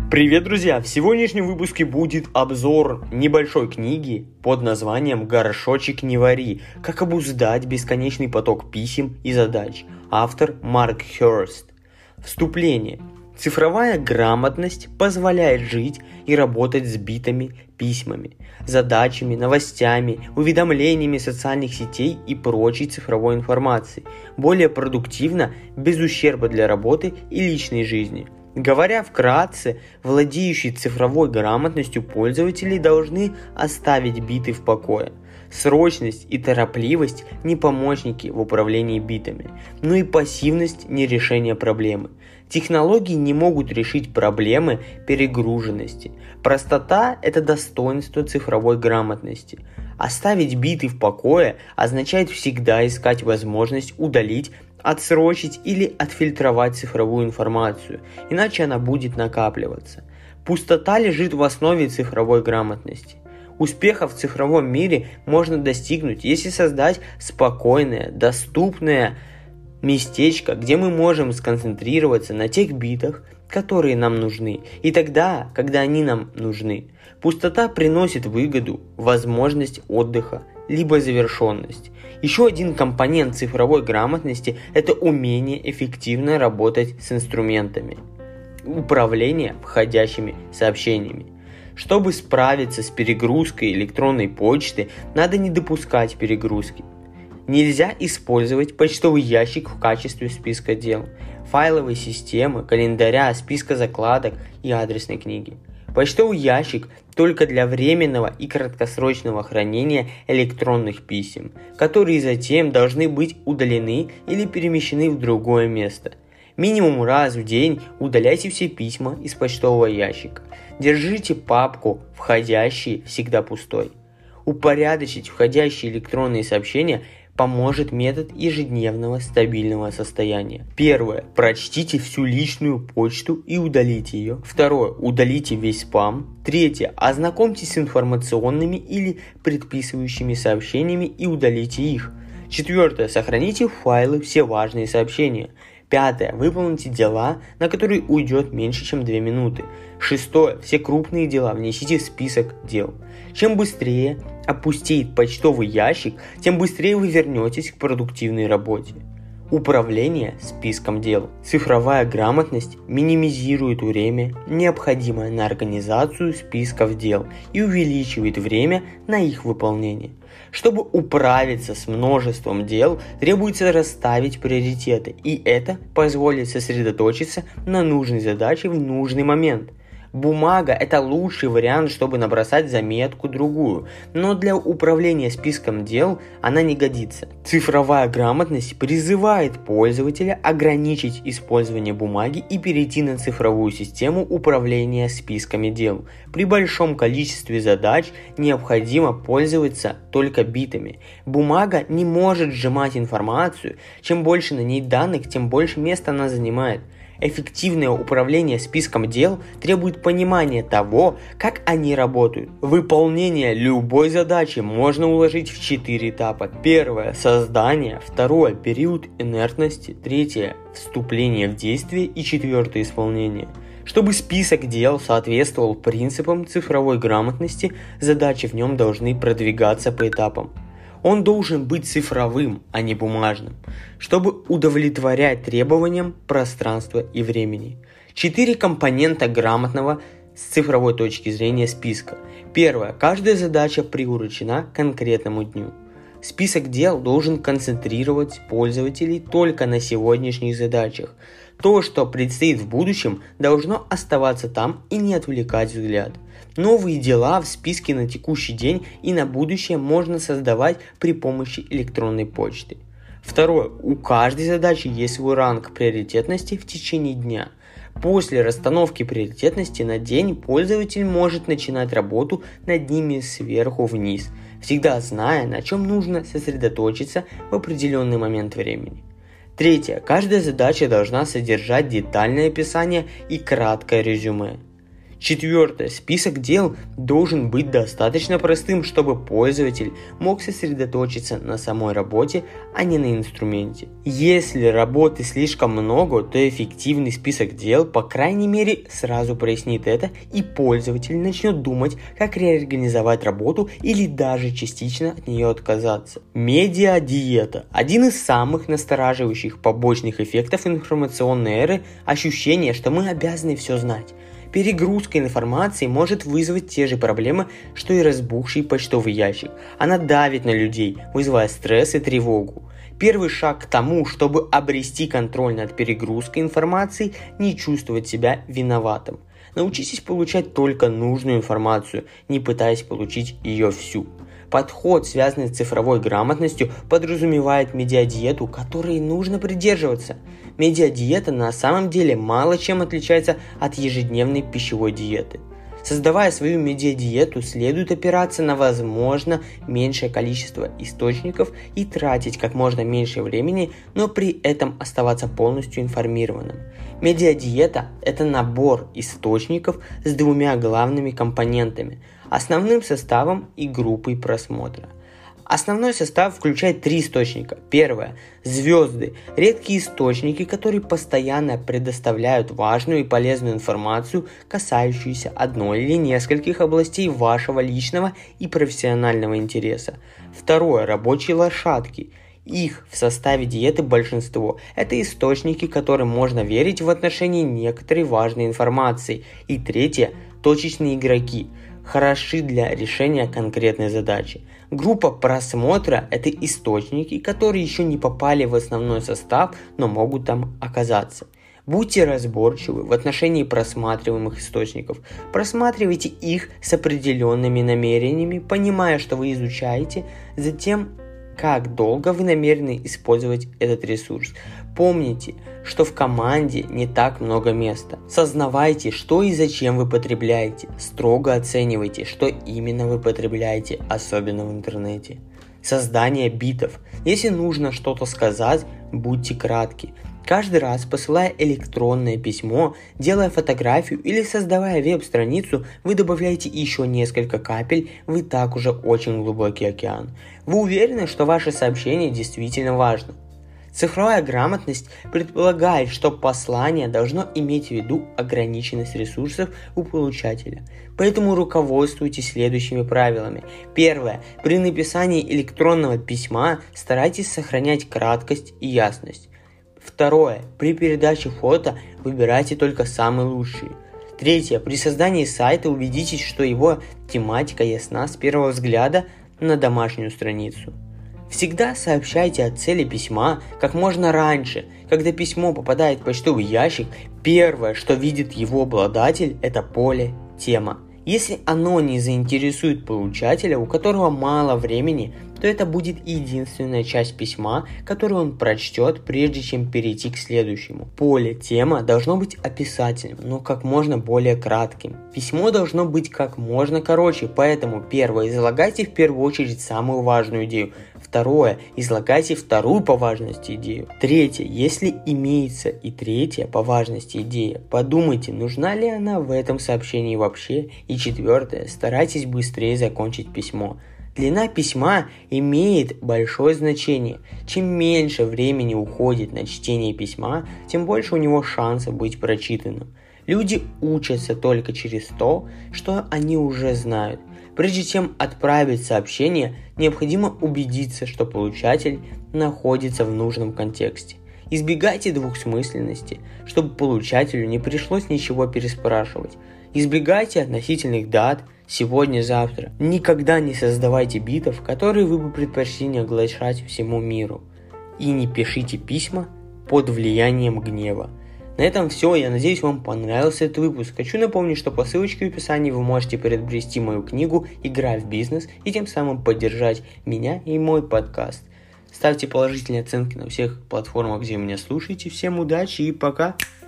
Привет, друзья! В сегодняшнем выпуске будет обзор небольшой книги под названием «Горшочек не вари. Как обуздать бесконечный поток писем и задач». Автор Марк Хёрст. Вступление. Цифровая грамотность позволяет жить и работать с битыми письмами, задачами, новостями, уведомлениями социальных сетей и прочей цифровой информацией более продуктивно, без ущерба для работы и личной жизни. Говоря вкратце, владеющие цифровой грамотностью пользователи должны оставить биты в покое. Срочность и торопливость не помощники в управлении битами, но и пассивность не решение проблемы. Технологии не могут решить проблемы перегруженности. Простота – это достоинство цифровой грамотности. Оставить биты в покое означает всегда искать возможность удалить, отсрочить или отфильтровать цифровую информацию, иначе она будет накапливаться. Пустота лежит в основе цифровой грамотности. Успеха в цифровом мире можно достигнуть, если создать спокойное, доступное местечко, где мы можем сконцентрироваться на тех битах, которые нам нужны, и тогда, когда они нам нужны. Пустота приносит выгоду, возможность отдыха, либо завершенность. Еще один компонент цифровой грамотности – это умение эффективно работать с инструментами управления входящими сообщениями. Чтобы справиться с перегрузкой электронной почты, надо не допускать перегрузки. Нельзя использовать почтовый ящик в качестве списка дел, файловой системы, календаря, списка закладок и адресной книги. Почтовый ящик только для временного и краткосрочного хранения электронных писем, которые затем должны быть удалены или перемещены в другое место. Минимум раз в день удаляйте все письма из почтового ящика. Держите папку «Входящие» всегда пустой. Упорядочить входящие электронные сообщения поможет метод ежедневного стабильного состояния. Первое. Прочтите всю личную почту и удалите ее. Второе. Удалите весь спам. Третье. Ознакомьтесь с информационными или предписывающими сообщениями и удалите их. Четвертое. Сохраните в файлы все важные сообщения. Пятое. Выполните дела, на которые уйдет меньше, чем 2 минуты. Шестое. Все крупные дела внесите в список дел. Чем быстрее опустеет почтовый ящик, тем быстрее вы вернетесь к продуктивной работе. Управление списком дел. Цифровая грамотность минимизирует время, необходимое на организацию списков дел, и увеличивает время на их выполнение. Чтобы управиться с множеством дел, требуется расставить приоритеты, и это позволит сосредоточиться на нужной задаче в нужный момент. Бумага – это лучший вариант, чтобы набросать заметку другую, но для управления списком дел она не годится. Цифровая грамотность призывает пользователя ограничить использование бумаги и перейти на цифровую систему управления списками дел. При большом количестве задач необходимо пользоваться только битами. Бумага не может сжимать информацию, чем больше на ней данных, тем больше места она занимает. Эффективное управление списком дел требует понимания того, как они работают. Выполнение любой задачи можно уложить в 4 этапа. Первое – создание, второе – период инертности, третье – вступление в действие и четвертое – исполнение. Чтобы список дел соответствовал принципам цифровой грамотности, задачи в нем должны продвигаться по этапам. Он должен быть цифровым, а не бумажным, чтобы удовлетворять требованиям пространства и времени. 4 компонента грамотного с цифровой точки зрения списка. Первое. Каждая задача приурочена к конкретному дню. Список дел должен концентрировать пользователей только на сегодняшних задачах. То, что предстоит в будущем, должно оставаться там и не отвлекать взгляд. Новые дела в списке на текущий день и на будущее можно создавать при помощи электронной почты. Второе. У каждой задачи есть свой ранг приоритетности в течение дня. После расстановки приоритетности на день пользователь может начинать работу над ними сверху вниз, всегда зная, на чем нужно сосредоточиться в определенный момент времени. Третье. Каждая задача должна содержать детальное описание и краткое резюме. Четвертое. Список дел должен быть достаточно простым, чтобы пользователь мог сосредоточиться на самой работе, а не на инструменте. Если работы слишком много, то эффективный список дел, по крайней мере, сразу прояснит это, и пользователь начнет думать, как реорганизовать работу или даже частично от нее отказаться. Медиа-диета. Один из самых настораживающих побочных эффектов информационной эры – ощущение, что мы обязаны все знать. Перегрузка информации может вызвать те же проблемы, что и разбухший почтовый ящик. Она давит на людей, вызывая стресс и тревогу. Первый шаг к тому, чтобы обрести контроль над перегрузкой информации, не чувствовать себя виноватым. Научитесь получать только нужную информацию, не пытаясь получить ее всю. Подход, связанный с цифровой грамотностью, подразумевает медиадиету, которой нужно придерживаться. Медиадиета на самом деле мало чем отличается от ежедневной пищевой диеты. Создавая свою медиадиету, следует опираться на возможно меньшее количество источников и тратить как можно меньше времени, но при этом оставаться полностью информированным. Медиадиета – это набор источников с двумя главными компонентами – основным составом и группой просмотра. Основной состав включает 3 источника. Первое – звезды, редкие источники, которые постоянно предоставляют важную и полезную информацию, касающуюся одной или нескольких областей вашего личного и профессионального интереса. Второе – рабочие лошадки. Их в составе диеты большинство. Это источники, которым можно верить в отношении некоторой важной информации. И третье – точечные игроки. Хороши для решения конкретной задачи. Группа просмотра – это источники, которые еще не попали в основной состав, но могут там оказаться. Будьте разборчивы в отношении просматриваемых источников. Просматривайте их с определенными намерениями, понимая, что вы изучаете, затем как долго вы намерены использовать этот ресурс. Помните, что в команде не так много места. Сознавайте, что и зачем вы потребляете. Строго оценивайте, что именно вы потребляете, особенно в интернете. Создание битов. Если нужно что-то сказать, будьте кратки. Каждый раз, посылая электронное письмо, делая фотографию или создавая веб-страницу, вы добавляете еще несколько капель в и так уже очень глубокий океан. Вы уверены, что ваше сообщение действительно важно? Цифровая грамотность предполагает, что послание должно иметь в виду ограниченность ресурсов у получателя. Поэтому руководствуйтесь следующими правилами. Первое. При написании электронного письма старайтесь сохранять краткость и ясность. Второе. При передаче фото выбирайте только самые лучшие. Третье. При создании сайта убедитесь, что его тематика ясна с первого взгляда на домашнюю страницу. Всегда сообщайте о цели письма как можно раньше. Когда письмо попадает в почтовый ящик, первое, что видит его обладатель, это поле «Тема». Если оно не заинтересует получателя, у которого мало времени, то это будет единственная часть письма, которую он прочтет, прежде чем перейти к следующему. Поле «Тема» должно быть описательным, но как можно более кратким. Письмо должно быть как можно короче, поэтому первое, излагайте в первую очередь самую важную идею. Второе, излагайте вторую по важности идею. Третье, если имеется и третья по важности идея, подумайте, нужна ли она в этом сообщении вообще. И четвертое, старайтесь быстрее закончить письмо. Длина письма имеет большое значение. Чем меньше времени уходит на чтение письма, тем больше у него шансов быть прочитанным. Люди учатся только через то, что они уже знают. Прежде чем отправить сообщение, необходимо убедиться, что получатель находится в нужном контексте. Избегайте двухсмысленности, чтобы получателю не пришлось ничего переспрашивать. Избегайте относительных дат сегодня-завтра. Никогда не создавайте битов, которые вы бы предпочли не оглашать всему миру. И не пишите письма под влиянием гнева. На этом все, я надеюсь, вам понравился этот выпуск. Хочу напомнить, что по ссылочке в описании вы можете приобрести мою книгу «Игра в бизнес» и тем самым поддержать меня и мой подкаст. Ставьте положительные оценки на всех платформах, где вы меня слушаете. Всем удачи и пока!